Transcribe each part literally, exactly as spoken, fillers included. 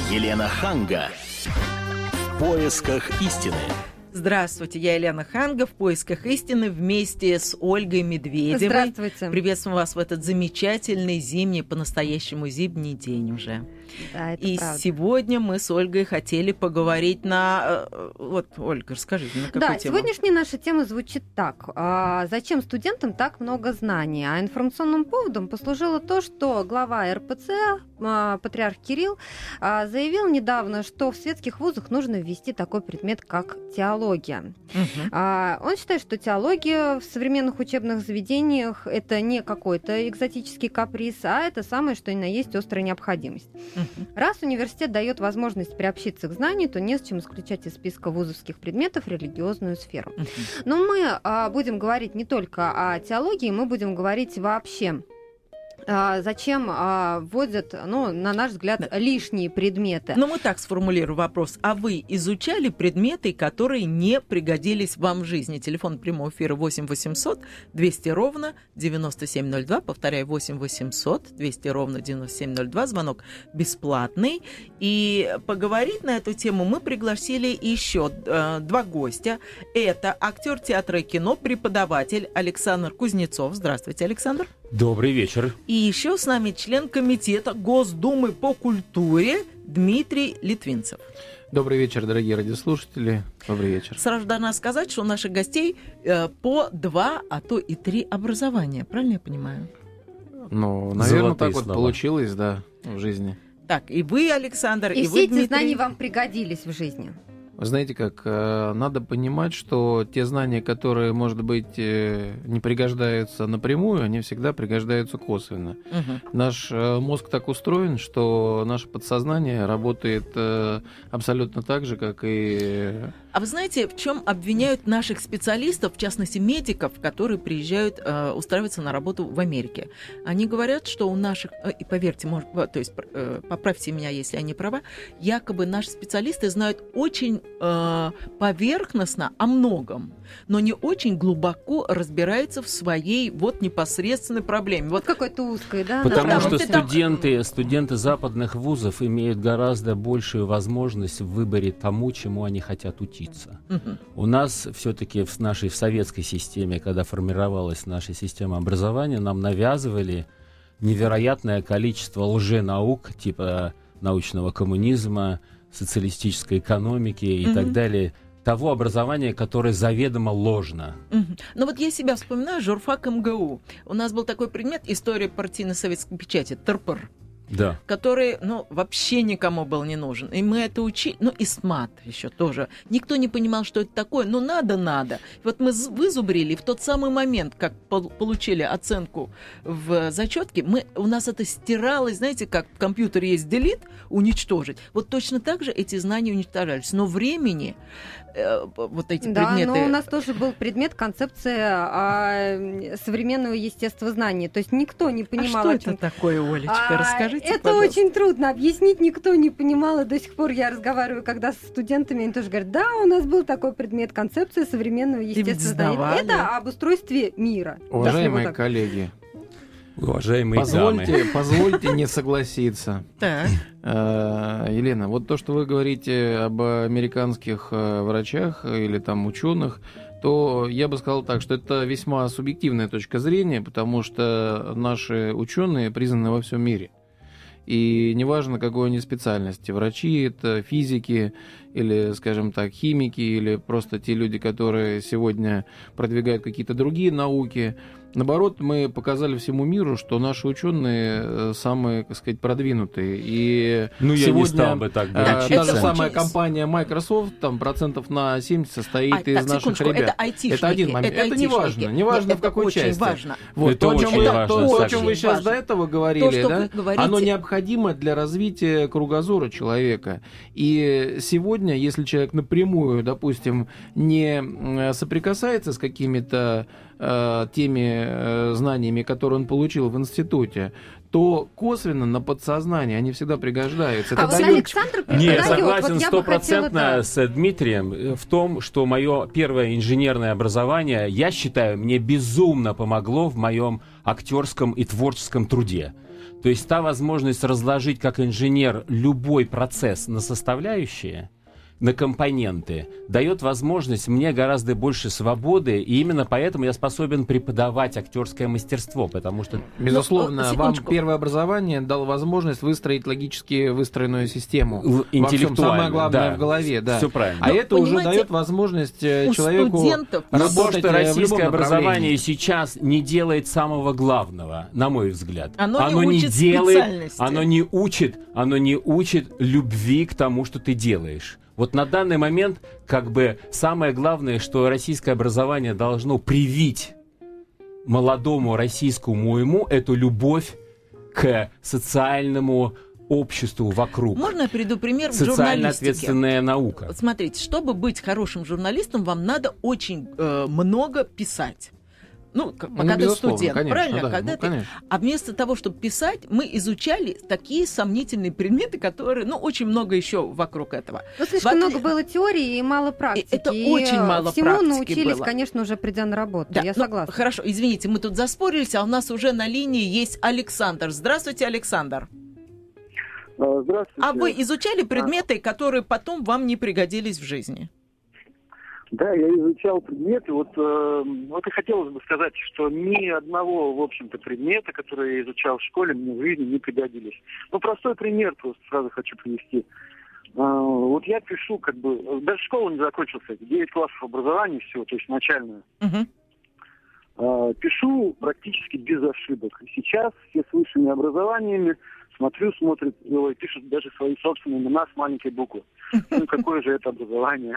Елена Ханга. В поисках истины. Здравствуйте, я Елена Ханга в поисках истины вместе с Ольгой Медведевой. Здравствуйте. Приветствуем вас в этот замечательный зимний, по-настоящему зимний день уже. Да, это И правда. сегодня мы с Ольгой хотели поговорить на... Вот, Ольга, расскажите, на какую Да, тему? сегодняшняя наша тема звучит так. А, зачем студентам так много знаний? А информационным поводом послужило то, что глава эр пэ цэ, а, патриарх Кирилл, а, заявил недавно, что в светских вузах нужно ввести такой предмет, как теология. Угу. А, он считает, что теология в современных учебных заведениях это не какой-то экзотический каприз, а это самое, что ни на есть острая необходимость. Угу. Раз университет дает возможность приобщиться к знанию, то не с чем исключать из списка вузовских предметов религиозную сферу. Угу. Но мы а, будем говорить не только о теологии, мы будем говорить вообще. А, зачем а, вводят, ну, на наш взгляд, Да. лишние предметы? Ну, мы так сформулируем вопрос. А вы изучали предметы, которые не пригодились вам в жизни? Телефон прямого эфира восемь восемьсот двести ровно девяносто семь ноль два. Повторяю, восемь восемьсот двести ровно девяносто семь ноль два. Звонок бесплатный. И поговорить на эту тему мы пригласили еще э, два гостя. Это актер театра и кино, преподаватель Александр Кузнецов. Здравствуйте, Александр. Добрый вечер. И еще с нами член комитета Госдумы по культуре Дмитрий Литвинцев. Добрый вечер, дорогие радиослушатели. Добрый вечер. Сразу должна сказать, что у наших гостей э, по два, а то и три образования. Правильно я понимаю? Ну, наверное, Золотые так вот слова. получилось, да, в жизни. Так, и вы, Александр, и, И вы, все эти Дмитрий. знания вам пригодились в жизни. Вы знаете как, э, надо понимать, что те знания, которые, может быть, э, не пригождаются напрямую, они всегда пригождаются косвенно. Мгм. Наш э, мозг так устроен, что наше подсознание работает э, абсолютно так же, как и... А вы знаете, в чем обвиняют наших специалистов, в частности медиков, которые приезжают э, устраиваться на работу в Америке? Они говорят, что у наших, э, и поверьте, может, то есть э, поправьте меня, если я не права, якобы наши специалисты знают очень э, поверхностно о многом, но не очень глубоко разбираются в своей вот непосредственной проблеме. Вот Какой-то узкой, да? Потому да, что вот это- студенты, студенты западных вузов имеют гораздо большую возможность в выборе тому, чему они хотят учиться. Мгм. У нас все-таки в нашей в советской системе, когда формировалась наша система образования, нам навязывали невероятное количество лженаук, типа научного коммунизма, социалистической экономики и Мгм. так далее, того образования, которое заведомо ложно. Мгм. Ну вот я себя вспоминаю, журфак эм гэ у. У нас был такой предмет «История партийно-советской печати», ТРПР, Да. который, ну, вообще никому был не нужен. И мы это учили, ну, и СМАТ еще тоже. Никто не понимал, что это такое, но надо-надо. Вот мы з- вызубрили, и в тот самый момент, как пол- получили оценку в зачетке, мы, у нас это стиралось, знаете, как в компьютере есть delete, уничтожить. Вот точно так же эти знания уничтожались. Но времени э, вот эти Да, предметы... но у нас тоже был предмет концепция а, современного естествознания. То есть никто не понимал, а о что чем это такое, Олечка? А, Расскажите, это пожалуйста. очень трудно объяснить, никто не понимал, и до сих пор я разговариваю, когда с студентами, они тоже говорят, да, у нас был такой предмет, концепция современного ведь естествознания. сдавали. Это об устройстве мира. Уважаемые если вот так. коллеги, Уважаемые позвольте, дамы. позвольте не согласиться. Так. Э, Елена, вот то, что вы говорите об американских э, врачах или там ученых, то я бы сказал так, что это весьма субъективная точка зрения, потому что наши ученые признаны во всем мире. И неважно, какой они специальности, врачи это, физики, или, скажем так, химики, или просто те люди, которые сегодня продвигают какие-то другие науки. Наоборот, мы показали всему миру, что наши ученые самые, так сказать, продвинутые. И Ну, я сегодня не стал бы так э, говорить. Это та же очень- самая компания Microsoft, там процентов на семьдесят состоит А, из так, наших секундочку, ребят. это айтишники. Это один момент. Это не айтишники. важно. Не важно, Нет, в какой это очень части. важно. Вот, Это то, о чем очень вы, важно, то, о Саша. чем вы сейчас Важно. до этого То, говорили, что да, вы говорите- оно необходимо для развития кругозора человека. И сегодня, если человек напрямую, допустим, не э, соприкасается с какими-то э, теми э, знаниями, которые он получил в институте, то косвенно на подсознание они всегда пригождаются. А Это вот дает- Александр Не, я преподает, согласен вот я бы хотела, стопроцентно да. с Дмитрием э, в том, что мое первое инженерное образование, я считаю, мне безумно помогло в моем актерском и творческом труде. То есть та возможность разложить как инженер любой процесс на составляющие, на компоненты, дает возможность мне гораздо больше свободы, и именно поэтому я способен преподавать актерское мастерство, потому что... Безусловно, ну, вам первое образование дало возможность выстроить логически выстроенную систему. Интеллектуально, Самое главное да, в голове, да. Все правильно. А Но, это уже понимаете, дает возможность у человеку студентов... Но то, работать что в российское любом образование направлении. сейчас не делает самого главного, на мой взгляд. Оно не учит делает, специальности. оно не учит, оно не учит любви к тому, что ты делаешь. Вот на данный момент, как бы, самое главное, что российское образование должно привить молодому российскому уму эту любовь к социальному обществу вокруг. Можно я приведу пример в Социально журналистике? ответственная наука. Вот смотрите, чтобы быть хорошим журналистом, вам надо очень э, много писать. Ну, к- пока Ну, ты безусловно, студент, конечно, правильно? да, Когда ну, ты... конечно. А вместо того, чтобы писать, мы изучали такие сомнительные предметы, которые, ну, очень много еще вокруг этого. Ну, слишком В отли- много было теории и мало практики. это И, очень э, мало всему практики научились, было. конечно, уже придя на работу. Да, Я ну, согласна. хорошо, извините, мы тут заспорились, а у нас уже на линии есть Александр. Здравствуйте, Александр. Здравствуйте. А вы изучали предметы, которые потом вам не пригодились в жизни? Да, я изучал предметы. Вот, э, вот и хотелось бы сказать, что ни одного, в общем-то, предмета, который я изучал в школе, мне в жизни не пригодились. Ну, простой пример просто сразу хочу привести. Э, вот я пишу, как бы, даже школу не закончился, девять классов образования всего, то есть начальную. Угу. Э, пишу практически без ошибок. И сейчас все с высшими образованиями смотрю, смотрят, ой, пишут даже свои собственные имена с маленькой буквы. Ну, какое же это образование?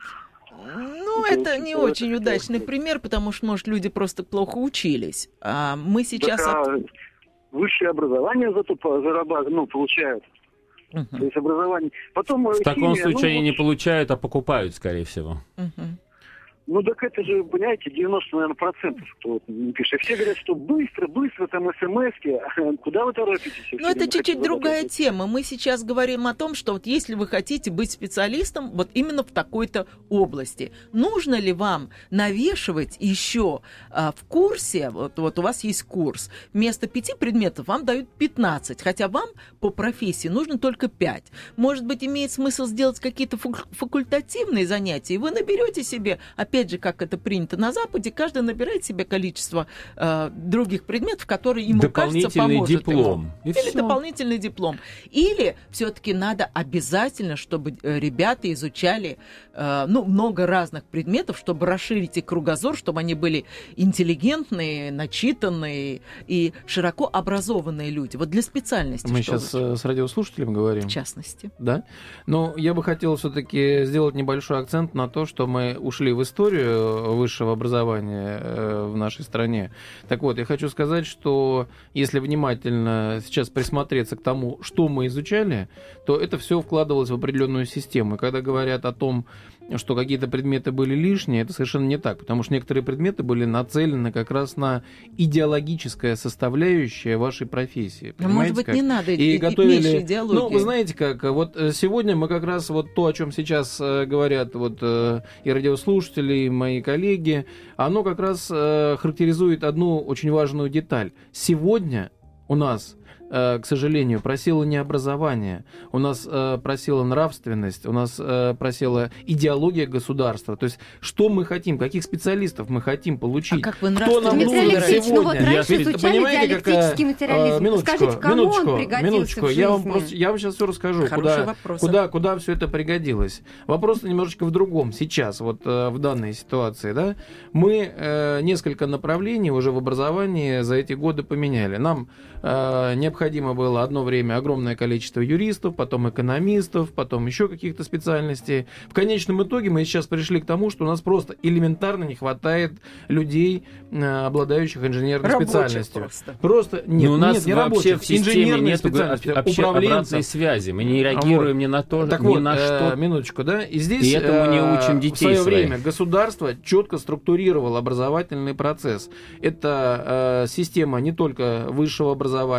Ну, Это это очень не плохо. очень удачный пример, потому что, может, люди просто плохо учились. А мы сейчас... Так, а высшее образование зато по- зарабатывают, ну, получают. Мгм. То есть образование. Потом В таком химия, случае ну, они не вот, получают, а покупают, скорее всего. Мгм. ну, так это же, понимаете, девяносто, наверное, процентов, кто вот не пишет. Все говорят, что быстро, быстро, там, смс-ки. Куда вы торопитесь? Я Ну, всё это время чуть-чуть хочу другая задать. тема. Мы сейчас говорим о том, что вот если вы хотите быть специалистом вот именно в такой-то области, нужно ли вам навешивать еще а, в курсе, вот, вот у вас есть курс, вместо пяти предметов вам дают пятнадцать, хотя вам по профессии нужно только пять. Может быть, имеет смысл сделать какие-то фак- факультативные занятия, и вы наберете себе, опять же, как это принято на Западе, каждый набирает себе количество э, других предметов, которые ему кажется Дополнительный поможет диплом. ему. И Или всё. дополнительный диплом. Или все-таки надо обязательно, чтобы э, ребята изучали э, ну, много разных предметов, чтобы расширить их кругозор, чтобы они были интеллигентные, начитанные и широко образованные люди. Вот для специальности. Мы что сейчас лучше? с радиослушателем говорим. В частности. Да? Но я бы хотел все-таки сделать небольшой акцент на то, что мы ушли в историю высшего образования э, в нашей стране. Так вот, я хочу сказать, что если внимательно сейчас присмотреться к тому, что мы изучали, то это все вкладывалось в определенную систему. И когда говорят о том, что какие-то предметы были лишние, это совершенно не так, потому что некоторые предметы были нацелены как раз на идеологическое составляющее вашей профессии. А может быть, как? не надо И и, готовили... меньше идеологии. Ну, вы знаете как, вот э, сегодня мы как раз вот то, о чем сейчас э, говорят вот э, и радиослушатели, и мои коллеги, оно как раз э, характеризует одну очень важную деталь. Сегодня у нас, э, к сожалению, просело не образование, у нас э, просела нравственность, у нас э, просела идеология государства. То есть, что мы хотим, каких специалистов мы хотим получить? А как вы Кто нам нравственность Дмитрий нужен Алексеевич, сегодня? ну вот Я раньше перед- изучали понимаете, диалектический какая- материализм. А, минуточку, Скажите, кому минуточку, он пригодился минуточку. в Я вам жизни? просто, я вам сейчас все расскажу, Хороший куда, вопрос. куда, куда все это пригодилось. Вопрос немножечко в другом сейчас, вот э, в данной ситуации, да. Мы э, несколько направлений уже в образовании за эти годы поменяли. Нам э, необходимо было одно время огромное количество юристов, потом экономистов, потом еще каких-то специальностей. В конечном итоге мы сейчас пришли к тому, что у нас просто элементарно не хватает людей, э, обладающих инженерной Рабочих специальностью. просто. Просто нет, Но у нас нет, не вообще рабочих, в системе инженерные нет специальности, вообще управленцев. обратной связи. Мы не реагируем Вот. ни на то, Так ни вот, на э, что. минуточку, да, и здесь И этому не э, учим в детей свое своих. время государство четко структурировало образовательный процесс. Это э, система не только высшего образования,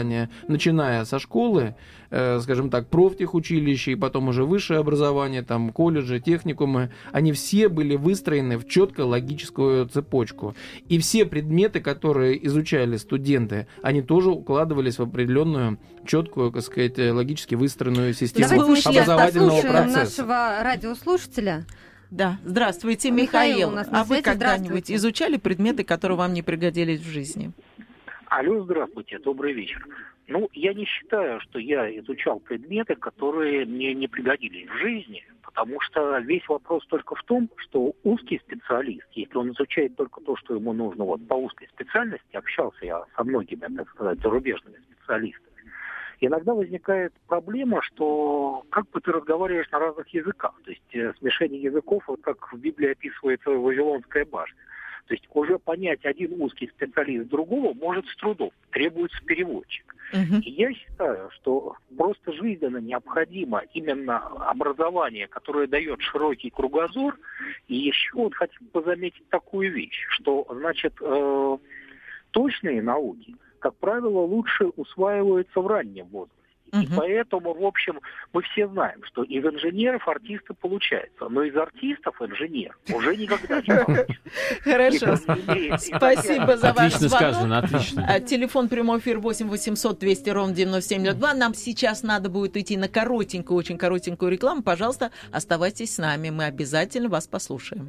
начиная со школы, э, скажем так, профтехучилища и потом уже высшее образование, там, колледжи, техникумы, они все были выстроены в четко логическую цепочку. И все предметы, которые изучали студенты, они тоже укладывались в определенную четкую, так сказать, логически выстроенную систему Давайте образовательного процесса. Нашего радиослушателя. Да, здравствуйте, Михаил Михаил. у нас на А вы связи. когда-нибудь изучали предметы, которые вам не пригодились в жизни? Алло, здравствуйте, добрый вечер. Ну, я не считаю, что я изучал предметы, которые мне не пригодились в жизни, потому что весь вопрос только в том, что узкий специалист, если он изучает только то, что ему нужно вот по узкой специальности, общался я со многими, так сказать, зарубежными специалистами, иногда возникает проблема, что как бы ты разговариваешь на разных языках. То есть э, смешение языков, вот как в Библии описывается Вавилонская башня. То есть уже понять один узкий специалист другого может с трудом, требуется переводчик. Uh-huh. И я считаю, что просто жизненно необходимо именно образование, которое дает широкий кругозор. И еще вот хотел бы заметить такую вещь, что, значит, э, точные науки, как правило, лучше усваиваются в раннем возрасте. Uh-huh. И поэтому, в общем, мы все знаем, что из инженеров артисты получаются, но из артистов инженер уже никогда не получится. Хорошо. Спасибо за ваш звонок. Отлично сказано, отлично. Телефон прямой эфир восемь восемьсот двести ровно девяносто семь ноль два. Нам сейчас надо будет идти на коротенькую, очень коротенькую рекламу. Пожалуйста, оставайтесь с нами. Мы обязательно вас послушаем.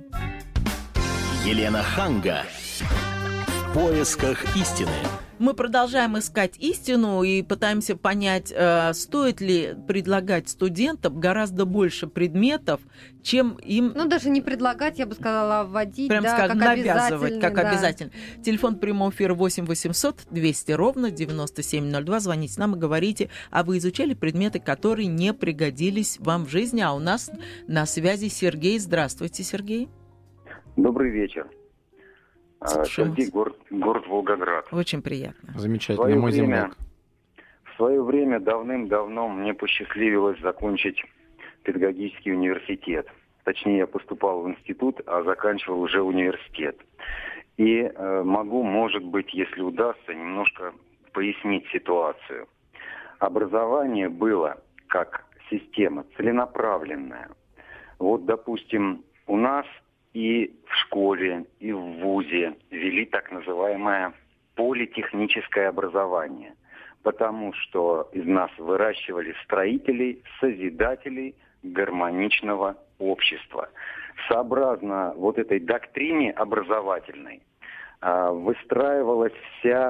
Елена Ханга. В поисках истины. Мы продолжаем искать истину и пытаемся понять, э, стоит ли предлагать студентам гораздо больше предметов, чем им... Ну, даже не предлагать, я бы сказала, а вводить, прям да, скажем, как навязывать, как да. обязательно. Телефон прямого эфира восемь восемьсот двести ровно девяносто семь ноль два. Звоните нам и говорите, а вы изучали предметы, которые не пригодились вам в жизни? А у нас на связи Сергей. Здравствуйте, Сергей. Добрый вечер. Слушаем Сергей, вас. город, город Волгоград. Очень приятно. Замечательно, мой время, земляк. В свое время давным-давно мне посчастливилось закончить педагогический университет. Точнее, я поступал в институт, а заканчивал уже университет. И э, могу, может быть, если удастся, немножко пояснить ситуацию. Образование было как система целенаправленная. Вот, допустим, у нас и в школе, и в вузе ввели так называемое политехническое образование, потому что из нас выращивали строителей, созидателей гармоничного общества. Сообразно вот этой доктрине образовательной выстраивалась вся,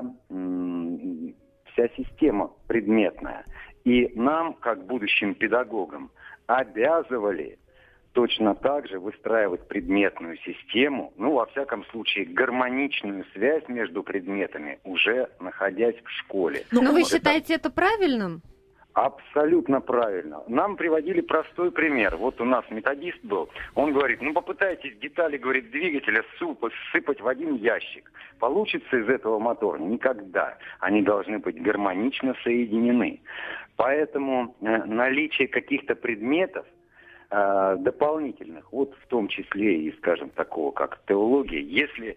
вся система предметная. И нам, как будущим педагогам, обязывали точно так же выстраивать предметную систему, ну, во всяком случае, гармоничную связь между предметами, уже находясь в школе. Но вот вы это считаете это правильным? Абсолютно правильно. Нам приводили простой пример. Вот у нас методист был, он говорит, ну, попытайтесь детали, говорит, двигателя сыпать в один ящик. Получится из этого мотор? Никогда. Они должны быть гармонично соединены. Поэтому э, наличие каких-то предметов, дополнительных, вот в том числе и, скажем, такого, как теология, если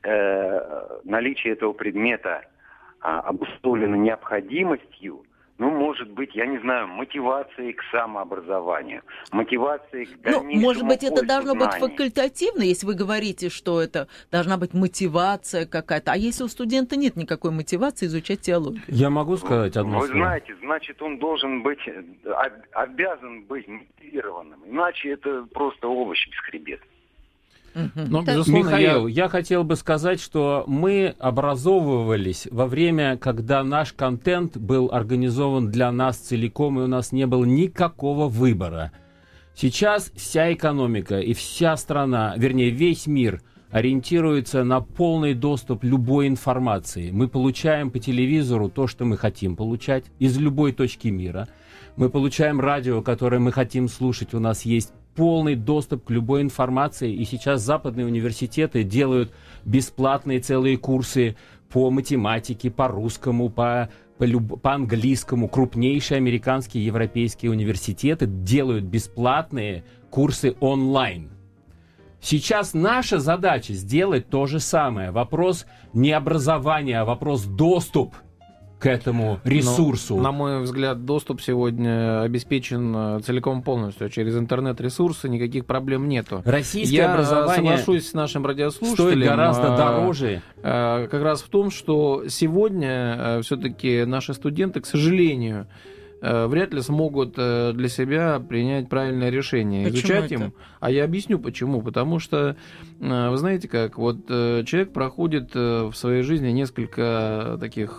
э, наличие этого предмета э, обусловлено необходимостью, ну, может быть, я не знаю, мотивацией к самообразованию, мотивацией к дальнейшему Ну, может быть, это должно знаний. быть факультативно, если вы говорите, что это должна быть мотивация какая-то. А если у студента нет никакой мотивации изучать теологию? Я могу сказать одно Вы слово? знаете, значит, он должен быть, обязан быть мотивированным, иначе это просто овощ бесхребет. Но, безусловно, Михаил, я... я хотел бы сказать, что мы образовывались во время, когда наш контент был организован для нас целиком, и у нас не было никакого выбора. Сейчас вся экономика и вся страна, вернее, весь мир ориентируется на полный доступ любой информации. Мы получаем по телевизору то, что мы хотим получать из любой точки мира. Мы получаем радио, которое мы хотим слушать. У нас есть полный доступ к любой информации. И сейчас западные университеты делают бесплатные целые курсы по математике, по русскому, по, по, люб... по английскому. Крупнейшие американские и европейские университеты делают бесплатные курсы онлайн. Сейчас наша задача сделать то же самое. Вопрос не образования, а вопрос доступ к этому ресурсу. Но, на мой взгляд, доступ сегодня обеспечен целиком полностью. Через интернет-ресурсы никаких проблем нету. Российское Я образование соглашусь с нашим радиослушателем. стоит гораздо а, дороже. А, как раз в том, что сегодня а, все-таки наши студенты, к сожалению, вряд ли смогут для себя принять правильное решение. Почему изучать это? им. А я объясню почему. Потому что, вы знаете как, вот человек проходит в своей жизни несколько таких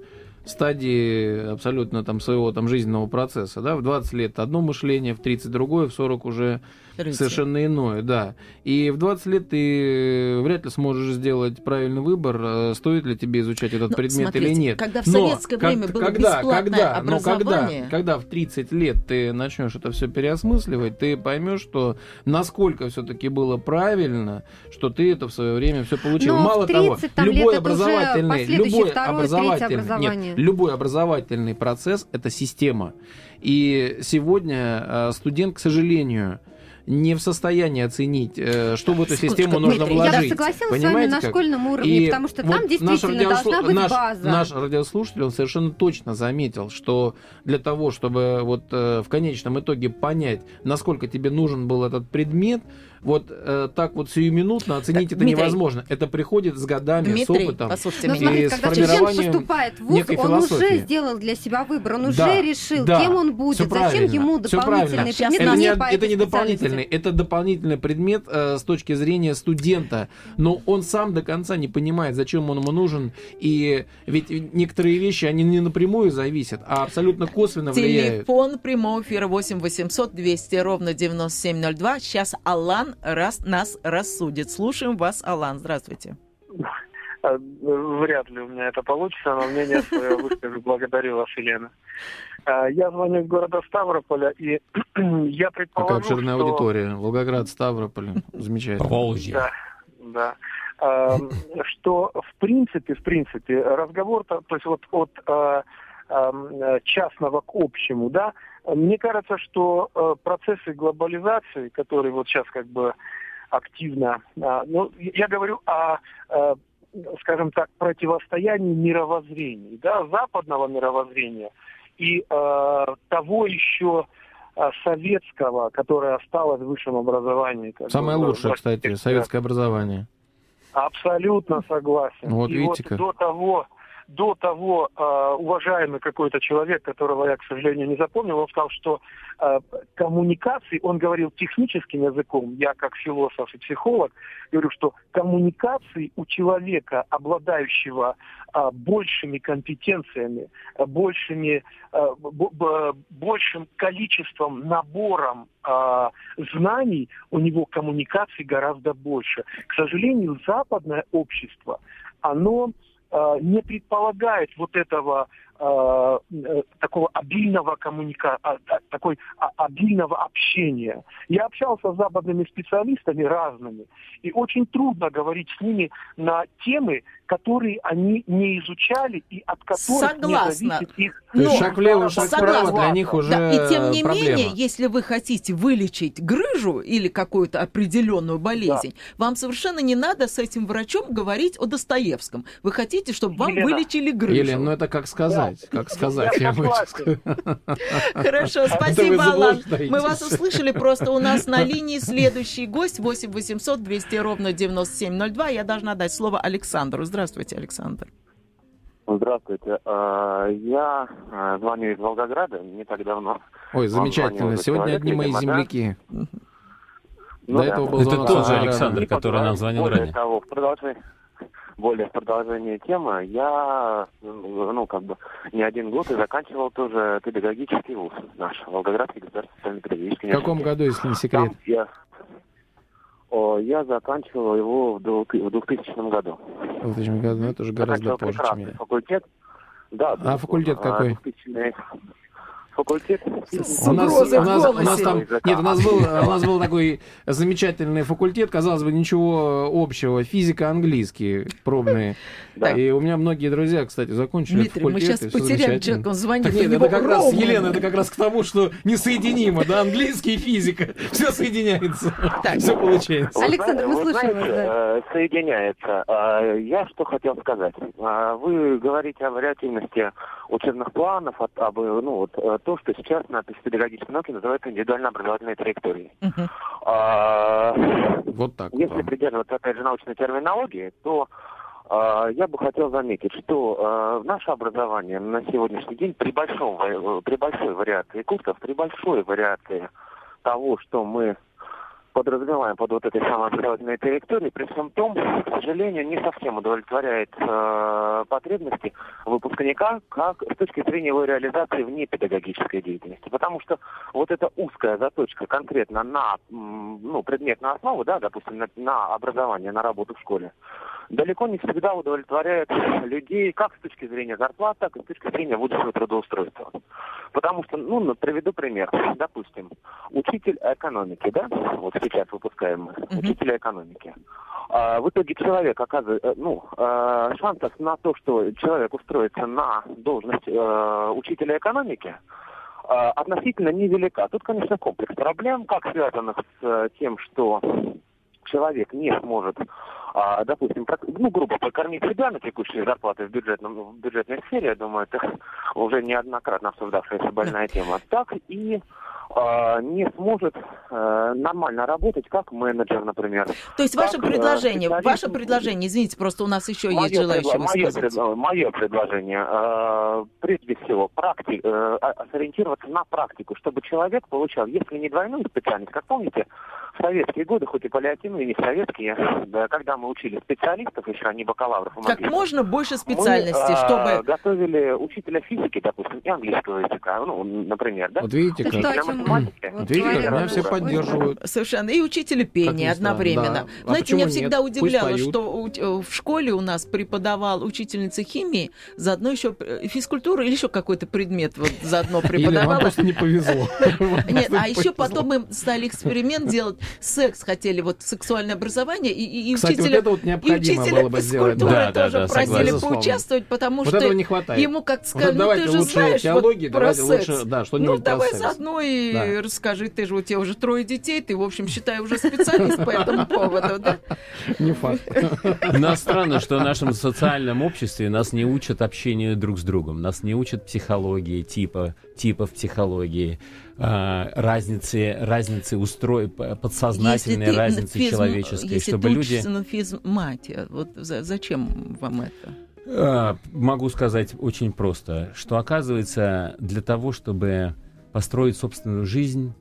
стадий абсолютно там своего там жизненного процесса. Да? В двадцать лет одно мышление, в тридцать другое, в сорок уже Третье. совершенно иное. Да. И в двадцать лет ты вряд ли сможешь сделать правильный выбор, стоит ли тебе изучать этот Но, предмет смотрите, или нет. когда в Но советское как- время было когда, бесплатное когда, образование... Но когда, когда в тридцать лет ты начнешь это все переосмысливать, ты поймешь, что насколько все-таки было правильно, что ты это в свое время все получил. Но в Мало того, тридцать там лет любой это уже образовательный, последующее любой второе, третье образовательный, образование. нет, любой образовательный процесс — это система. И сегодня э, студент, к сожалению, не в состоянии оценить, э, что в эту Секундочку, систему нужно Дмитрий, вложить. Я бы согласилась с вами Понимаете на как? школьном уровне, И потому что вот там наш действительно радиослу- должна быть наш, база. Наш радиослушатель, он совершенно точно заметил, что для того, чтобы вот э, в конечном итоге понять, насколько тебе нужен был этот предмет, вот э, так вот сиюминутно оценить Так, это Дмитрий, невозможно. Это приходит с годами, Дмитрий, с опытом. послушайте Но меня. смотрите, и с когда студент формированием поступает в ВУЗ, некой он философии. уже сделал для себя выбор, он Да, уже решил, да, кем он будет, всё зачем правильно, ему всё дополнительный правильно. Сейчас предмет Это не не, по это этой не специальности. дополнительный, это дополнительный предмет э, с точки зрения студента, но он сам до конца не понимает, зачем он ему нужен, и ведь некоторые вещи, они не напрямую зависят, а абсолютно косвенно влияют. Телефон прямого эфира восемь восемьсот двести ровно девяносто семь ноль два. Сейчас Алан раз, нас рассудит. Слушаем вас, Алан. Здравствуйте. Вряд ли у меня это получится, но мнение свое выскажу. Благодарю вас, Елена. Я звоню из города Ставрополя, и я предположу, Какая обширная что... аудитория. Волгоград, Ставрополь. Замечательно. Поволжье. Да, да. А, что в принципе, в принципе, разговор-то, то есть вот от а, а, частного к общему, да, мне кажется, что а, процессы глобализации, которые вот сейчас как бы активно, а, ну, я говорю о, а, скажем так, противостоянии мировоззрений, да, западного мировоззрения и а, того еще советского, которое осталось в высшем образовании. Самое бы, лучшее, кстати, советское образование. Абсолютно согласен. Вот и видите вот как. до того, до того э, уважаемый какой-то человек, которого я, к сожалению, не запомнил, он сказал, что э, коммуникации, он говорил техническим языком, я как философ и психолог, говорю, что коммуникации у человека, обладающего э, большими компетенциями, э, большими, э, б- б- большим количеством, набором э, знаний, у него коммуникаций гораздо больше. К сожалению, западное общество, оно не предполагает вот этого э, такого обильного коммуника... такой обильного общения. Я общался с западными специалистами разными, и очень трудно говорить с ними на темы, которые они не изучали и от которых Согласна. не зависит их... То есть Но- шаг влево, шаг Согласна. вправо для них уже Да, и тем не проблема. менее, если вы хотите вылечить грыжу или какую-то определенную болезнь, вам совершенно не надо с этим врачом говорить о Достоевском. Вы хотите, чтобы вам Елена. вылечили грыжу. Елена, ну это как сказать, как сказать, Я я бы согласен. сказал. Хорошо, вы спасибо, Алан. заблуждаетесь. Мы вас услышали, просто у нас на линии следующий гость восемь восемьсот двести ровно девяносто семь ноль два. Я должна дать слово Александру. Здравствуйте, Александр. Здравствуйте. А, Я а, звоню из Волгограда не так давно. Ой, замечательно. звонил Сегодня человек, одни мои видимо, да? земляки. Ну До да. этого был Это звонок тот с же Волгограда. Александр, И который нам звонил более ранее. того, в продолжение, более в продолжение темы, я, ну, как бы, не один год и заканчивал тоже педагогический вуз наш, Волгоградский государственный педагогический В каком университет. году, если не секрет? Там я, о, я заканчивал его в двух- в двухтысячном году. В двухтысячном году, ну это уже гораздо Заканчивал позже, чем прекрасный я. факультет. Да, А факультет какой? двухтысячный факультет. С У нас, угрозой у, в нас, у голосе. нас там, нет, у нас был, у нас был такой замечательный факультет, казалось бы, ничего общего, физика, английский, пробные. Да. И у меня многие друзья, кстати, закончили Дмитрий, мы факультет. сейчас и всё потеряем замечательно. человека, он звонит. Так у нет, него это как раз, роуминг. Елена, это как раз к тому, что несоединимо, да, английский и физика, все соединяется, Так. все получается. Вы Александр, мы вы слушаем вас, знаете, да. э, соединяется. А, Я что хотел сказать. А, Вы говорите о вариативности учебных планов, от- об, э, ну, вот, э, то, что сейчас на педагогической науке называется индивидуально-образовательной траекторией. Мгм. А, Вот так. Если придерживаться, опять же, научной терминологии, то э, я бы хотел заметить, что э, наше образование на сегодняшний день при, большом, ва- при большой вариации курсов, при большой вариации того, что мы подразумеваем под вот этой самой образовательной траекторией, при всем том, к сожалению, не совсем удовлетворяет э, потребности выпускника как с точки зрения его реализации вне педагогической деятельности. Потому что вот эта узкая заточка конкретно на м, ну, предметную основу, да, допустим, на, на образование, на работу в школе, далеко не всегда удовлетворяет людей как с точки зрения зарплат, так и с точки зрения будущего трудоустройства. Потому что, ну, ну, приведу пример. Допустим, учитель экономики, да, вот сейчас выпускаем мы, Мгм. учителя экономики. А, в итоге человек оказывает, э, ну, э, шансов на то, что человек устроится на должность э, учителя экономики, э, относительно невелика. Тут, конечно, комплекс проблем, как связанных с э, тем, что человек не сможет, а, допустим, прок- ну, грубо прокормить себя на текущие зарплаты в, бюджетном, в бюджетной сфере, я думаю, это уже неоднократно обсуждавшаяся больная тема, так и а, не сможет а, нормально работать как менеджер, например. То есть ваше Как, э, предложение, специалист- ваше предложение, извините, просто у нас еще Мое есть желающие предло- мое высказаться. предло- мое предложение, э, прежде всего, практи- э, а- сориентироваться на практику, чтобы человек получал, если не двойную специальность, как помните, в советские годы, хоть и паллиативные, и не советские, да, когда мы учили специалистов, еще а не бакалавров, и Как магистров, можно больше мы, специальностей, э, чтобы... готовили учителя физики, допустим, и английского языка, ну, например, да? Вот видите, Это как... то, о Для чем математики. вот Вот видите, как говорила меня все наша поддерживают. Совершенно. И учителя Как ни пения странно, одновременно. да. А Знаете, почему меня нет? всегда Пусть удивляло, поют. что у- э, в школе у нас преподавал учительница химии, заодно еще э, физкультура или еще какой-то предмет вот заодно Или вам преподавала. просто не повезло. Вам Нет, просто а не еще повезло. потом мы стали эксперимент делать. Секс хотели, вот сексуальное образование, и, и, и Кстати, вот учителя, это вот и необходимо учителя было бы сделать. физкультуры Да, да, тоже да, просили согласен. поучаствовать, потому Вот что этого не хватает. ему как-то Вот сказали, ну давайте ты же лучше знаешь теологии, вот про давайте секс. лучше, да, Ну, что-нибудь про давай секс. заодно и Да. расскажи, ты же, у тебя уже трое детей, ты, в общем, считай, уже специалист по этому поводу, да? Не факт. Нас странно, что в нашем социальном обществе нас не учат общению друг с другом, нас не учат психологии, типа, типов психологии, а, разницы, разницы устро... подсознательной Если ты разницы физм- человеческой, Если чтобы ты люди... учишься на физмате, вот за- зачем вам это? А, Могу сказать очень просто, что оказывается, для того, чтобы построить собственную жизнь,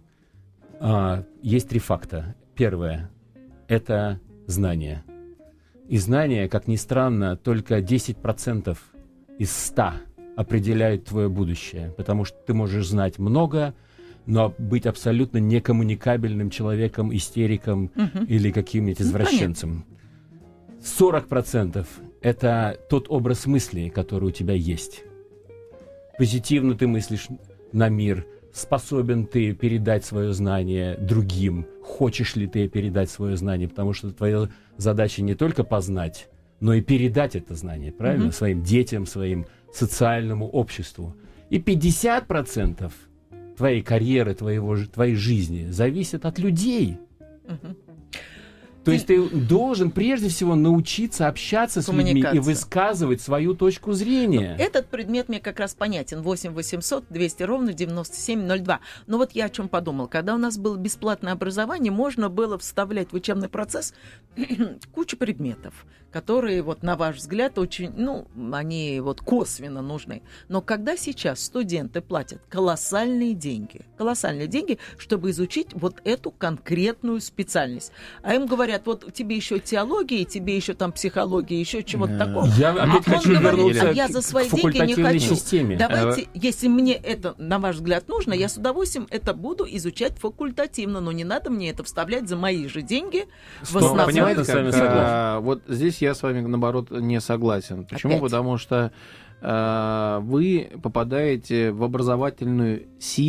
а, есть три факта. Первое – это знание. И знание, как ни странно, только десять процентов из ста определяют твое будущее, потому что ты можешь знать много, но быть абсолютно некоммуникабельным человеком, истериком Мгм. или каким-нибудь Ну, извращенцем. сорок процентов это тот образ мысли, который у тебя есть. Позитивно ты мыслишь на мир, способен ты передать свое знание другим, хочешь ли ты передать свое знание, потому что твоя задача не только познать, но и передать это знание, правильно, Мгм. своим детям, своим социальному обществу. И пятьдесят процентов твоей карьеры, твоего, ж- твоей жизни зависит от людей. Мгм. То есть ты должен прежде всего научиться общаться с людьми и Коммуникация. высказывать свою точку зрения. Этот предмет мне как раз понятен. восемь восемьсот двести ровно девяносто семь ноль два. Но вот я о чем подумал. Когда у нас было бесплатное образование, можно было вставлять в учебный процесс кучу предметов, которые, вот на ваш взгляд, очень, ну, они вот косвенно нужны. Но когда сейчас студенты платят колоссальные деньги, колоссальные деньги, чтобы изучить вот эту конкретную специальность, а им говорят, вот тебе еще теология, тебе еще там психология, еще чего-то такого. Я А опять он хочу говорит, вернуться а я к- за свои к деньги не факультативной хочу. системе. Давайте, если мне это, на ваш взгляд, нужно, я с удовольствием это буду изучать факультативно, но не надо мне это вставлять за мои же деньги в Стоп, основном. понимаете, с вами как, согласен. а, вот здесь я с вами, наоборот, не согласен. Почему? Опять? Потому что вы попадаете в образовательную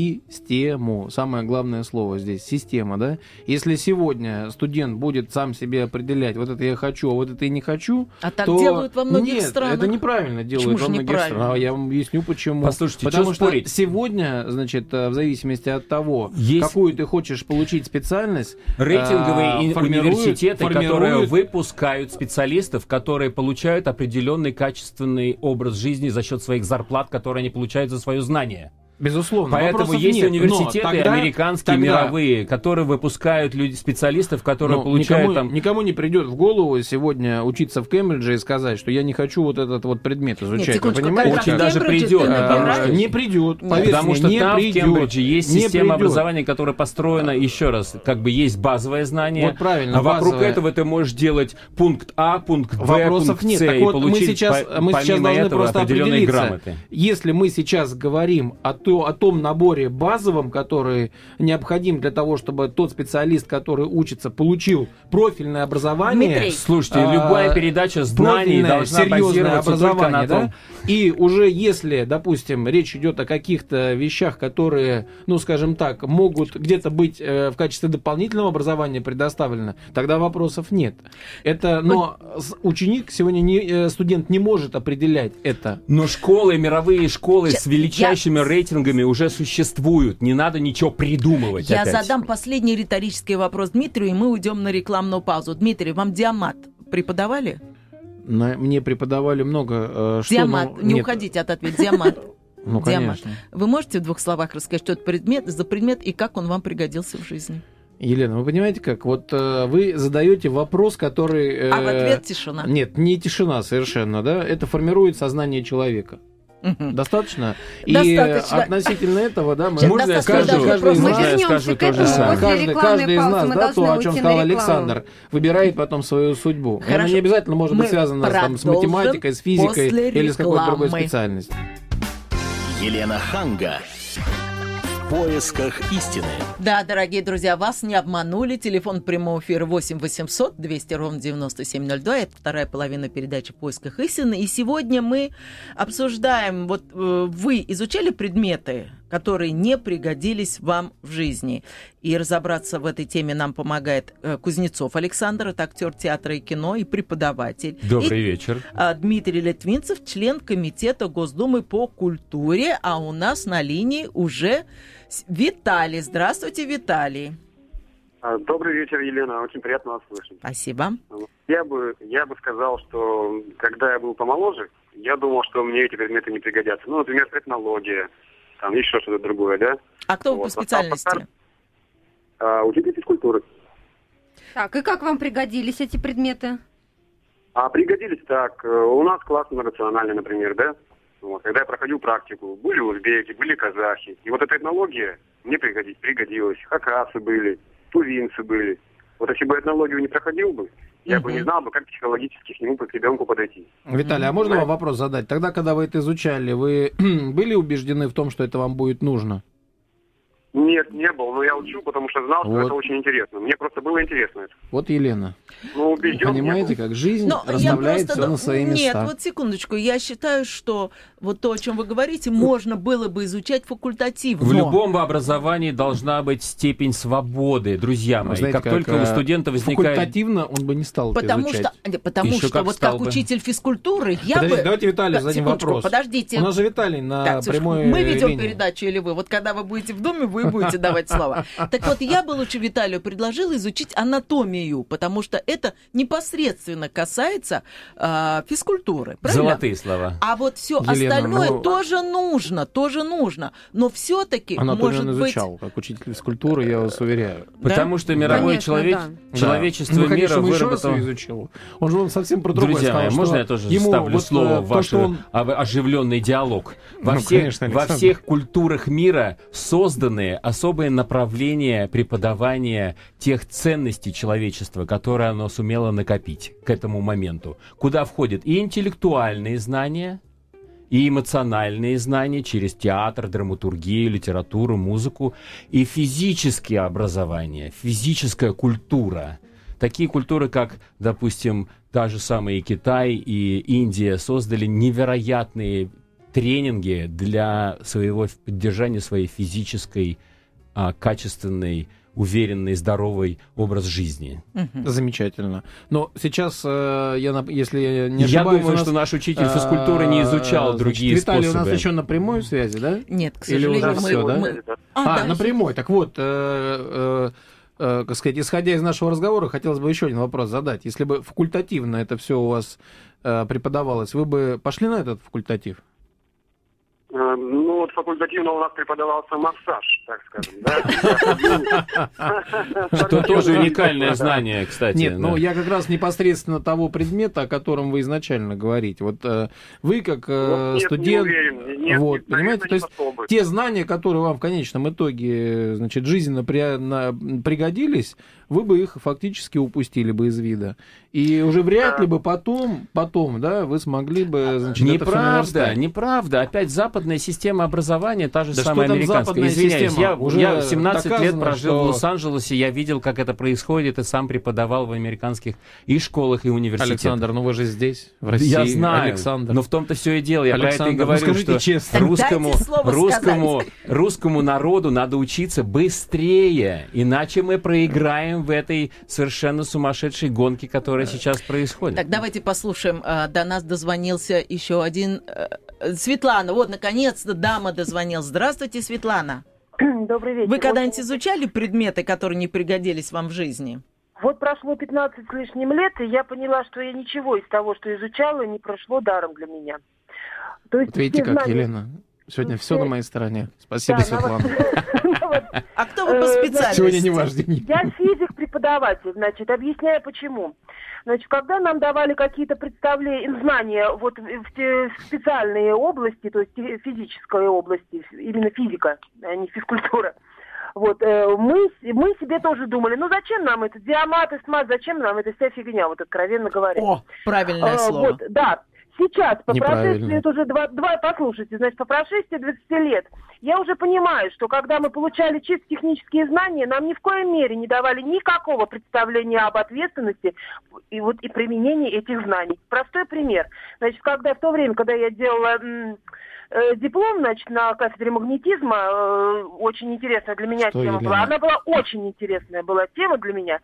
систему. Самое главное слово здесь — система, да? Если сегодня студент будет сам себе определять, вот это я хочу, а вот это я не хочу, а так то... делают во многих Нет, странах. это неправильно делают во многих странах. А я вам объясню, почему. Послушайте, потому что спорить? сегодня, значит, в зависимости от того, Есть... какую ты хочешь получить специальность, рейтинговые формируют, университеты, формируют... которые выпускают специалистов, которые получают определенный качественный образ жизни за счет своих зарплат, которые они получают за свое знание. Безусловно. Поэтому есть нет, университеты тогда, американские, тогда... мировые, которые выпускают люди, специалистов, которые Но получают никому, там... никому не придет в голову сегодня учиться в Кембридже и сказать, что я не хочу вот этот вот предмет изучать. Нет, Вы понимаете? Очень даже придет. А, не придет. Поверьте Потому мне, что не там придет, в Кембридже есть не система придет. образования, которая построена, еще раз, как бы есть базовое знание, Вот правильно, а вокруг базовое. этого ты можешь делать пункт А, пункт Б, Вопросов пункт нет. С Так и вот, мы получить сейчас, по, мы сейчас помимо должны этого просто определенные определиться. грамоты. Если мы сейчас говорим о, то, о том наборе базовом, который необходим для того, чтобы тот специалист, который учится, получил профильное образование. Дмитрий. Слушайте, а, любая передача знаний должна базироваться только на том... Да? И уже если, допустим, речь идет о каких-то вещах, которые, ну, скажем так, могут где-то быть э, в качестве дополнительного образования предоставлены, тогда вопросов нет. Это, но с- ученик сегодня, не, э, студент не может определять это. Но школы, мировые школы Ща- с величайшими я- рейтингами уже существуют. Не надо ничего придумывать Я опять. задам последний риторический вопрос Дмитрию, и мы уйдем на рекламную паузу. Дмитрий, вам диамат преподавали? На- мне преподавали много... Э, что, Диамат, ну, не нет. уходите от ответа. Диамат. Ну, Диамат. конечно. Вы можете в двух словах рассказать, что это предмет, за предмет и как он вам пригодился в жизни? Елена, вы понимаете как? Вот э, вы задаете вопрос, который... э, А в ответ тишина. Нет, не тишина совершенно, да? Это формирует сознание человека. Мгм. Достаточно? И Достаточно. относительно этого, да, мы... Сейчас Можно я достаточно скажу? даже Каждый из Мы Можно нас- я вернемся скажу к то же этому самое? после Каждый, рекламной каждый из паузы. нас, Мы да, должны то, о чем уйти сказал на рекламу. Александр, выбирает потом свою судьбу. И она Хорошо. не обязательно может быть Мы связана там, с продолжим математикой, с физикой после или с какой-то другой рекламы. специальностью. Елена Ханга. В поисках истины. Да, дорогие друзья, вас не обманули. Телефон прямого эфира восемь восемьсот двести ровно девяносто семь ноль два. Это вторая половина передачи «В поисках истины». И сегодня мы обсуждаем, вот э, вы изучали предметы, которые не пригодились вам в жизни. И разобраться в этой теме нам помогает э, Кузнецов Александр, это актер театра и кино и преподаватель. Добрый И, вечер. а, Дмитрий Литвинцев, член комитета Госдумы по культуре. А у нас на линии уже с- Виталий. Здравствуйте, Виталий. А, Добрый вечер, Елена. Очень приятно вас слышать. Спасибо. Я бы, я бы сказал, что когда я был помоложе, я думал, что мне эти предметы не пригодятся. Ну, например, этнология, там еще что-то другое, да? А кто вы Вот. по специальности? А, учитель физкультуры. Так, и как вам пригодились эти предметы? А пригодились так. э, У нас класс многонациональный, например, да? Вот. Когда я проходил практику, были узбеки, были казахи. И вот эта этнология мне пригоди- пригодилась. Хакасы были, тувинцы были. Вот если бы этнологию не проходил бы, я бы Мгм. не знал бы, как психологически к нему, к ребенку подойти. Виталий, а можно вам вопрос задать? Тогда, когда вы это изучали, вы были убеждены в том, что это вам будет нужно? Нет, не был, но я учу, потому что знал, что Вот. это очень интересно. Мне просто было интересно это. Вот, Елена, Ну, убежден, понимаете, не был. как жизнь Но я расставляет просто все ду- на свои Нет, места. вот секундочку. Я считаю, что вот то, о чем вы говорите, можно было бы изучать факультативно. В любом образовании должна быть степень свободы, друзья Вы мои. знаете, как, только у э, студента возникает... Факультативно он бы не стал это Потому изучать. что, потому Еще что как вот стал как бы. учитель физкультуры я Подождите, бы... давайте Виталию Так, зададим секундочку, вопрос. подождите. У нас же Виталий на Так, слушай, прямой мы ведем линии. передачу или вы? Вот когда вы будете в доме, вы будете давать слова. Так вот, я бы лучше Виталию предложила изучить анатомию, потому что это непосредственно касается э, физкультуры. Правильно? Золотые слова. А вот все Елена, остальное ну- тоже нужно, тоже нужно. Но все-таки, Анатомию может он быть... изучал, как учитель физкультуры, я вас уверяю. Потому что мировое Конечно, человек... да. человечество Ну, конечно, мира мы еще выработало... раз её изучил. Он же он совсем про другое Друзья сказал, мои, что можно я тоже ему вставлю вот, слово э, в то, ваш что он- оживленный диалог? Во, Ну, всех, конечно, во Александр. всех культурах мира созданы особые направления преподавания тех ценностей человечества, которые оно сумело накопить к этому моменту, куда входят и интеллектуальные знания, и эмоциональные знания через театр, драматургию, литературу, музыку, и физические образования, физическая культура. Такие культуры, как, допустим, та же самая Китай и Индия, создали невероятные тренинги для своего поддержания своей физической, а, качественной, уверенный, здоровый образ жизни. Угу. Замечательно. Но сейчас, э, я, если я не ошибаюсь... Я думаю, нас, что наш учитель физкультуры не изучал э, другие значит, Виталий способы. у нас еще на прямой связи, да? Нет, к Или сожалению, уже мы... все, да? мы... А, А, да, на прямой. Так вот, э, э, э, как сказать, исходя из нашего разговора, хотелось бы еще один вопрос задать. Если бы факультативно это все у вас э, преподавалось, вы бы пошли на этот факультатив? Ну, вот факультативно у нас преподавался массаж, так скажем, да? Что тоже уникальное знание, кстати. Нет, ну я как раз непосредственно того предмета, о котором вы изначально говорите. Вот вы как студент, вот, понимаете, то есть те знания, которые вам в конечном итоге, значит, жизненно пригодились, вы бы их фактически упустили бы из вида. И уже вряд ли бы потом, потом, да, вы смогли бы, значит, это все Неправда, наверстать. неправда. Опять западная система образования, та же Да самая что там американская. западная Извиняюсь, система? я, Уже я семнадцать лет доказано, прожил что- в Лос-Анджелесе, я видел, как это происходит, и сам преподавал в американских и школах, и университетах. Александр, ну вы же здесь, в России. Я знаю, Александр. но в том-то все и дело. Я про это и Александр, ну говорю, скажите что честно. русскому, Дайте слово русскому, сказать. русскому народу надо учиться быстрее, иначе мы проиграем в этой совершенно сумасшедшей гонке, которая сейчас происходит. Так, давайте послушаем. А, До нас дозвонился еще один... э, Светлана, вот, наконец-то дама дозвонилась. Здравствуйте, Светлана. Добрый вечер. Вы когда-нибудь Вот, изучали предметы, которые не пригодились вам в жизни? вот прошло пятнадцать с лишним лет, и я поняла, что я ничего из того, что изучала, не прошло даром для меня. То есть Вот видите, все как, знания- Елена, сегодня все все- на моей стороне. Спасибо, Да, Светлана. на вас- А кто вы по Э, специальности? Сегодня не ваш день. Я физик-преподаватель, значит, объясняю почему. Значит, когда нам давали какие-то представления, знания вот в те специальные области, то есть физической области, именно физика, а не физкультура, вот, э, мы, мы себе тоже думали, ну зачем нам это, диамат, эстмат, зачем нам эта вся фигня, вот откровенно говоря. О, правильное А, слово. Вот, да. Сейчас, по Неправильно. прошествии, это уже два, два, послушайте, значит, по прошествии двадцати лет, я уже понимаю, что когда мы получали чисто технические знания, нам ни в коей мере не давали никакого представления об ответственности и вот и применении этих знаний. Простой пример. Значит, когда в то время, когда я делала м, э, диплом, значит, на кафедре магнетизма, э, очень интересная для меня Что, тема Елена? была. Она была очень интересная была тема для меня.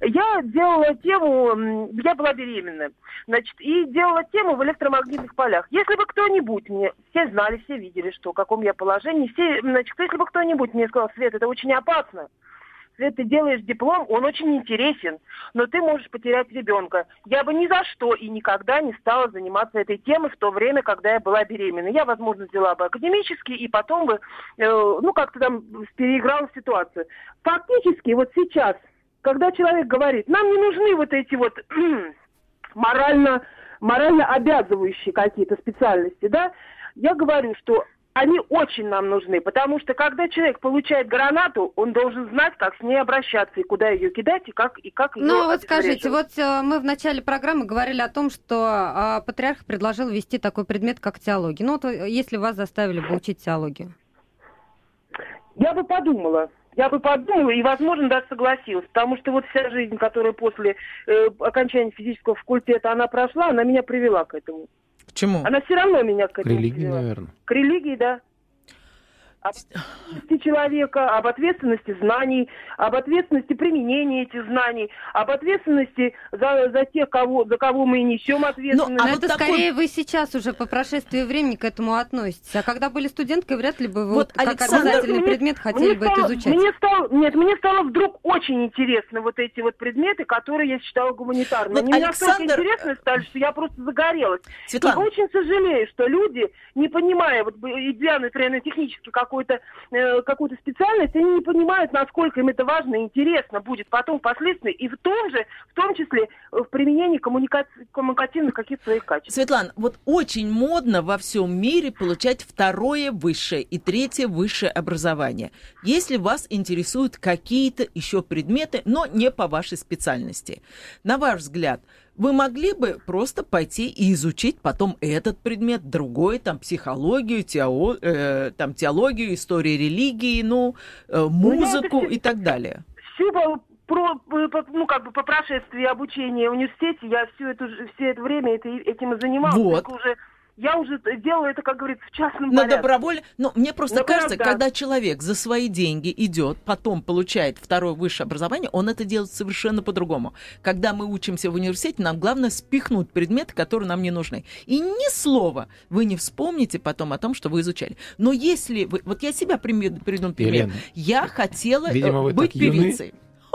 Я делала тему, м, я была беременна, значит, и делала тему в электромагнитных полях. Если бы кто-нибудь мне, все знали, все видели, что в каком я положении, все, значит, если бы кто-нибудь мне сказал: Свет, это очень опасно, Свет, ты делаешь диплом, он очень интересен, но ты можешь потерять ребенка. Я бы ни за что и никогда не стала заниматься этой темой в то время, когда я была беременна. Я, возможно, взяла бы академически и потом бы, э, ну, как-то там переиграла ситуацию. Фактически, вот сейчас, когда человек говорит, нам не нужны вот эти вот морально, морально обязывающие какие-то специальности, да, я говорю, что они очень нам нужны, потому что когда человек получает гранату, он должен знать, как с ней обращаться, и куда ее кидать, и как, и как ее Ну, вот скажите, обезвреживать. вот э, мы в начале программы говорили о том, что э, патриарх предложил ввести такой предмет, как теология. Ну, вот э, если вас заставили бы учить теологию. Я бы подумала. Я бы подумала и, возможно, даже согласилась, потому что вот вся жизнь, которая после э, окончания физического факультета она прошла, она меня привела к этому. К чему? Она все равно меня к К этому религии, привела. наверное. К религии, да. Об ответственности человека, об ответственности знаний, об ответственности применения этих знаний, об ответственности за, за тех, кого, за кого мы несем ответственность. Но А вот это такой- скорее вы сейчас уже по прошествии времени к этому относитесь. А когда были студенткой, вряд ли бы вы Вот, вот, как Александр, обязательный Мне- предмет хотели мне бы стало, это изучать. Мне стало, нет, мне стало вдруг очень интересно вот эти вот предметы, которые я считала гуманитарными. Вот Они мне настолько Александр- интересны стали, что я просто загорелась. Светлана, Я очень сожалею, что люди, не понимая, вот идя, например, на технически какой-то, э, какую-то специальность, они не понимают, насколько им это важно и интересно будет потом впоследствии, и в том же, в том числе в применении коммуника... коммуникативных каких-то своих качеств. Светлана, вот очень модно во всем мире получать второе высшее и третье высшее образование. Если вас интересуют какие-то еще предметы, но не по вашей специальности, на ваш взгляд, вы могли бы просто пойти и изучить потом этот предмет, другой, там, психологию, тео, э, там, теологию, историю религии, ну, э, музыку это и так далее? Всю по, про, по- ну, как бы по прошествии обучения в университете я все это, ж- все это время это, этим и занималась. Вот. Только уже я уже делаю это, как говорится, в частном На порядке. добровольно. Но мне просто Ну, кажется, да. когда человек за свои деньги идет, потом получает второе высшее образование, он это делает совершенно по-другому. Когда мы учимся в университете, нам главное спихнуть предметы, которые нам не нужны. И ни слова вы не вспомните потом о том, что вы изучали. Но если вы... Вот я себя приведу пример. Елена, Я хотела видимо, вы быть так юны. певицей.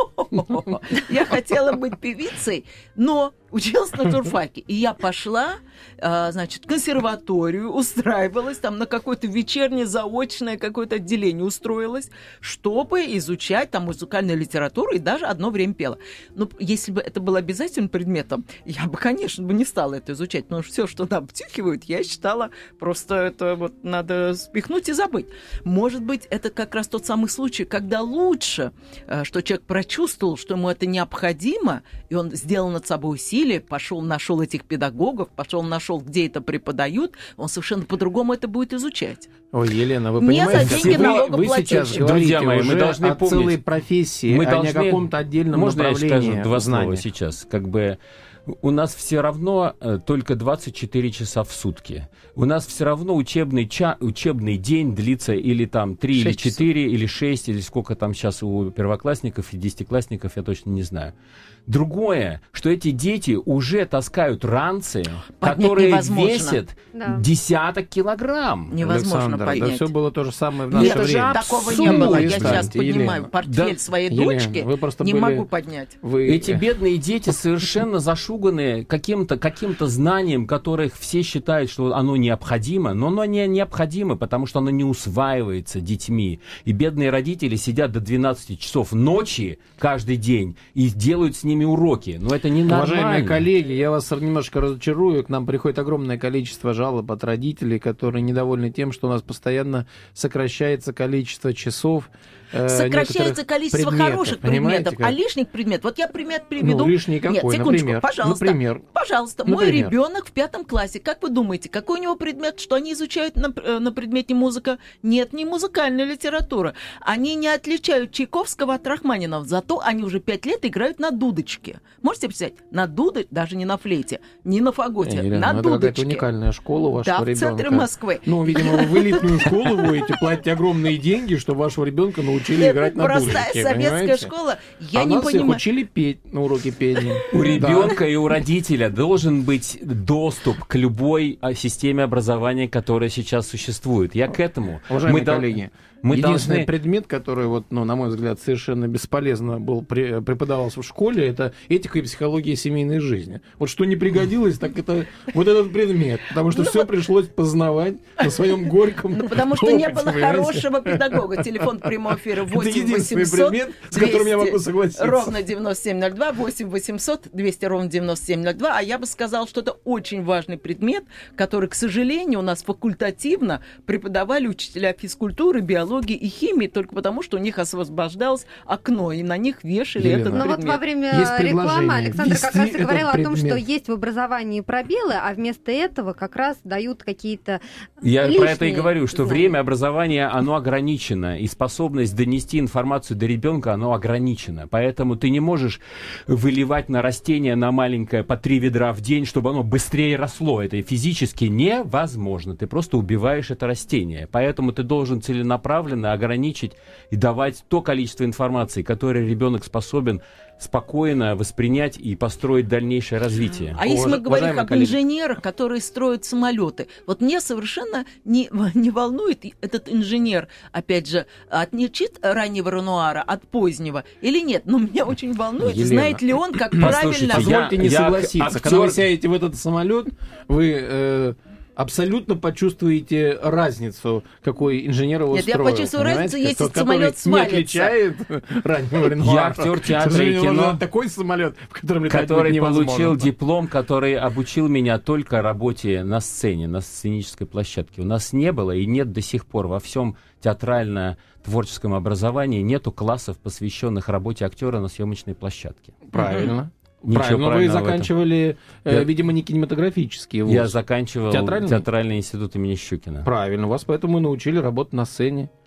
Я хотела быть певицей, но училась на журфаке. И я пошла, значит, в консерваторию, устраивалась там на какое-то вечернее заочное какое-то отделение устроилась, чтобы изучать там музыкальную литературу, и даже одно время пела. Но если бы это было обязательным предметом, я бы, конечно, бы не стала это изучать, потому что все, что нам втюхивают, я считала, просто это вот надо спихнуть и забыть. Может быть, это как раз тот самый случай, когда лучше, что человек прочувствовал, что ему это необходимо, и он сделал над собой усилия, пошел, нашел этих педагогов, пошел, нашел, где это преподают, он совершенно по-другому это будет изучать. Ой, Елена, вы Не понимаете, за деньги вы, вы налогоплательщика. сейчас говорите Друзья мои, уже мы должны о помнить, целой профессии, мы а должны, не о каком-то отдельном можно направлении. я скажу два знания. слова сейчас? Как бы у нас все равно э, только двадцать четыре часа в сутки. У нас все равно учебный, ча- учебный день длится или там три, или четыре, или шесть, или сколько там сейчас у первоклассников и десятиклассников, я точно не знаю. Другое, что эти дети уже таскают ранцы, Поднять которые невозможно. весят Да. десяток килограмм. Невозможно Александр, поднять. да все было то же самое в наше Нет, время. такого Абсурд. не было. Я Перестаньте, сейчас поднимаю Елена. портфель Да. своей Елена, дочки, вы просто не были- могу поднять. Вы... Эти бедные дети совершенно зашуганы каким-то, каким-то знанием, которых все считают, что оно необходимо, но оно не необходимо, потому что оно не усваивается детьми. И бедные родители сидят до двенадцати часов ночи каждый день и делают с ними уроки. Но это не нормально. Уважаемые коллеги, я вас немножко разочарую. К нам приходит огромное количество жалоб от родителей, которые недовольны тем, что у нас постоянно сокращается количество часов. э, Сокращается некоторых количество предметов, хороших понимаете, предметов, как? а лишних предметов. Вот я пример приведу. Ну, лишний Нет, какой, секундочку, например? пожалуйста. Например? Пожалуйста, мой Например? ребенок в пятом классе. Как вы думаете, какой у него предмет, что они изучают на, э, на предмете музыка? Нет, не музыкальная литература. Они не отличают Чайковского от Рахманинова, зато они уже пять лет играют на дудочке. Можете представить? На дудочке, даже не на флейте, не на фаготе, Не, Елена, на это дудочке. какая-то уникальная школа у вашего Да, в ребенка. центре Москвы. Ну, видимо, вы в элитную школу будете платить огромные деньги, чтобы вашего ребенка научили играть на дудочке. Простая советская понимаете? школа. Я а не нас всех понимаю. учили петь на уроке пения. У Да. ребенка и у родителя должен быть доступ к любой а, системе образования, которая сейчас существует. Я к этому. Уважаемые Мы дол- коллеги, мы единственный должны... предмет, который, вот, ну, на мой взгляд, совершенно бесполезно был при- преподавался в школе, это этика и психология семейной жизни. Вот что не пригодилось, так это вот этот предмет. Потому что все пришлось познавать на своем горьком Ну, потому что не опыте, было понимаете? хорошего педагога. Телефон прямого эфира Это восемь единственный восемьсот предмет, с которым я могу двести согласиться. ровно девяносто семь ноль два, восемь восемьсот двести ровно девяносто семь ноль два. А я бы сказала, что это очень важный предмет, который, к сожалению, у нас факультативно преподавали учителя физкультуры, биологии и химии, только потому, что у них освобождалось окно, и на них вешали Елена, этот Но вот предмет. во время Есть предложение рекламы Александр как раз и ввести говорил этот о том, что предмет. есть в образовании пробелы, а вместо этого как раз дают какие-то Я лишние про это и говорю, что знания. время образования, оно ограничено, и способность донести информацию до ребенка, оно ограничено. Поэтому ты не можешь выливать на растение, на маленькое, по три ведра в день, чтобы оно быстрее росло. Это физически невозможно. Ты просто убиваешь это растение. Поэтому ты должен целенаправленно ограничить и давать то количество информации, которое ребенок способен спокойно воспринять и построить дальнейшее развитие. А если мы Уваж- говорим уважаемые об коллеги. инженерах, которые строят самолеты, вот мне совершенно не, не волнует этот инженер, опять же, отличит раннего Ренуара от позднего или нет. Но меня очень волнует, Елена, знает ли он, как послушайте, правильно... я- Позвольте не я согласиться. актер- Когда вы сядете в этот самолет, вы э, абсолютно почувствуете разницу, какой инженер его Нет, я строил, почувствую понимаете? разницу, если Тот, который самолет не свалится. отличает раннего Ренуара. Я актер театра К сожалению, и кино, можно такой самолет, в котором летать который будет невозможно. получил диплом, который обучил меня только работе на сцене, на сценической площадке. У нас не было и нет до сих пор во всем театрально-творческом образовании нету классов, посвященных работе актера на съемочной площадке. Правильно. Ничего Правильно, вы правильного в этом. заканчивали, э, Я- видимо, не кинематографический вуз. Я заканчивал Театральный? театральный институт имени Щукина. Правильно, вас поэтому и научили работать на сцене.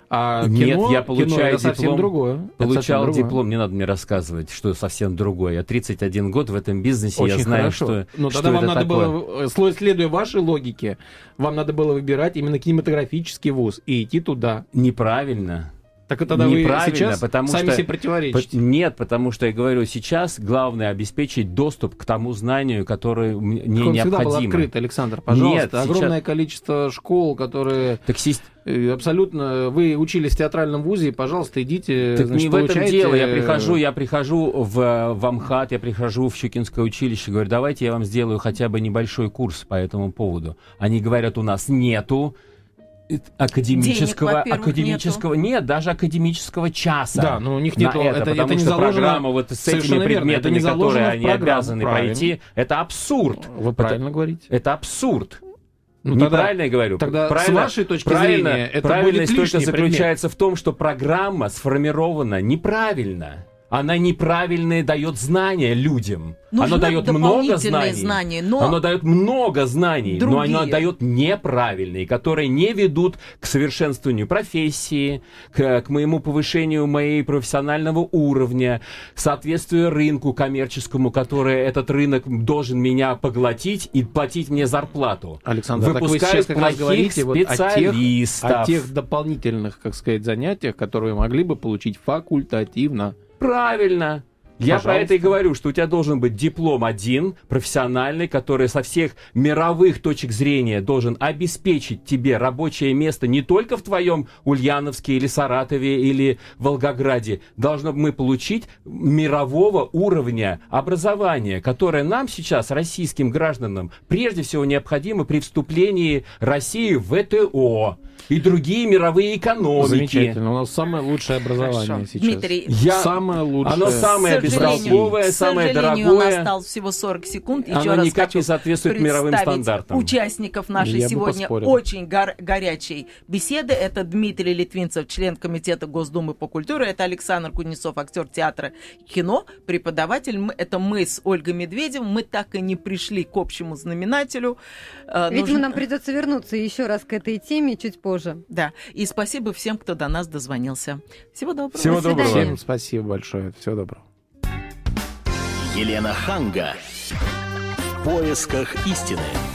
А Нет, кино, я получаю кино это совсем диплом, другое. Это получал совсем диплом, не надо мне рассказывать, что совсем другое. Я тридцать один год в этом бизнесе, Очень я знаю, хорошо. что, Но что тогда вам это надо такое. было, сло- следуя вашей логике, вам надо было выбирать именно кинематографический вуз и идти туда. Неправильно. Так тогда вы Неправильно, сейчас потому сами что- себе противоречите. По- Нет, потому что я говорю, сейчас главное обеспечить доступ к тому знанию, которое мне Он всегда был необходимо. открыт, Александр, пожалуйста. Нет, сейчас- Огромное количество школ, которые Так, сис- э, абсолютно... Вы учились в театральном вузе, пожалуйста, идите, так значит, не в этом получайте- дело. Я прихожу, я прихожу в, в Амхат, я прихожу в Щукинское училище, говорю, давайте я вам сделаю хотя бы небольшой курс по этому поводу. Они говорят, у нас нету академического, Денег, во-первых, академического, нет, даже академического часа. Да, но у них на нет, это, это, потому это не что заложено. программа вот с этими Совершенно верно, это предметами, не заложено которые в они программу, обязаны правильно. пройти, это абсурд. Вы правильно говорите. Это абсурд. Ну, тогда- Неправильно я говорю. тогда с правильно, вашей точки правильно, зрения это правильность будет только лишний заключается в том, что программа сформирована неправильно. Она неправильно дает знания людям. Нужны Оно дает много дополнительные знаний. знания, но Оно дает много знаний, но другие. оно дает неправильные, которые не ведут к совершенствованию профессии, к, к моему повышению моей профессионального уровня, соответствию рынку коммерческому, который этот рынок должен меня поглотить и платить мне зарплату. Александр, так вы сейчас Выпускают как раз плохих говорите вот о тех, специалистов. о тех дополнительных, как сказать, занятиях, которые вы могли бы получить факультативно. Правильно. Я Пожалуйста. про это и говорю, что у тебя должен быть диплом один, профессиональный, который со всех мировых точек зрения должен обеспечить тебе рабочее место не только в твоем Ульяновске или Саратове или Волгограде. Должны мы получить мирового уровня образования, которое нам сейчас, российским гражданам, прежде всего необходимо при вступлении России в ВТО и другие мировые экономики. Замечательно. У нас самое лучшее образование Хорошо. сейчас. Дмитрий, Я- Самое лучшее. Оно самое К сожалению, бестолковое, к самое сожалению, дорогое. у нас осталось всего сорок секунд. Еще Оно раз никак хочу не соответствует мировым представить стандартам. участников нашей Я бы сегодня поспорил. очень гор- горячей беседы. Это Дмитрий Литвинцев, член Комитета Госдумы по культуре. Это Александр Кузнецов, актер театра и кино, преподаватель. Мы- Это мы с Ольгой Медведевой. Мы так и не пришли к общему знаменателю. Э, Видимо, нужно- нам придется вернуться еще раз к этой теме чуть позже. Да. И спасибо всем, кто до нас дозвонился. Всего доброго. Всего До свидания. доброго. Всем спасибо большое. Всего доброго. Елена Ханга. В поисках истины.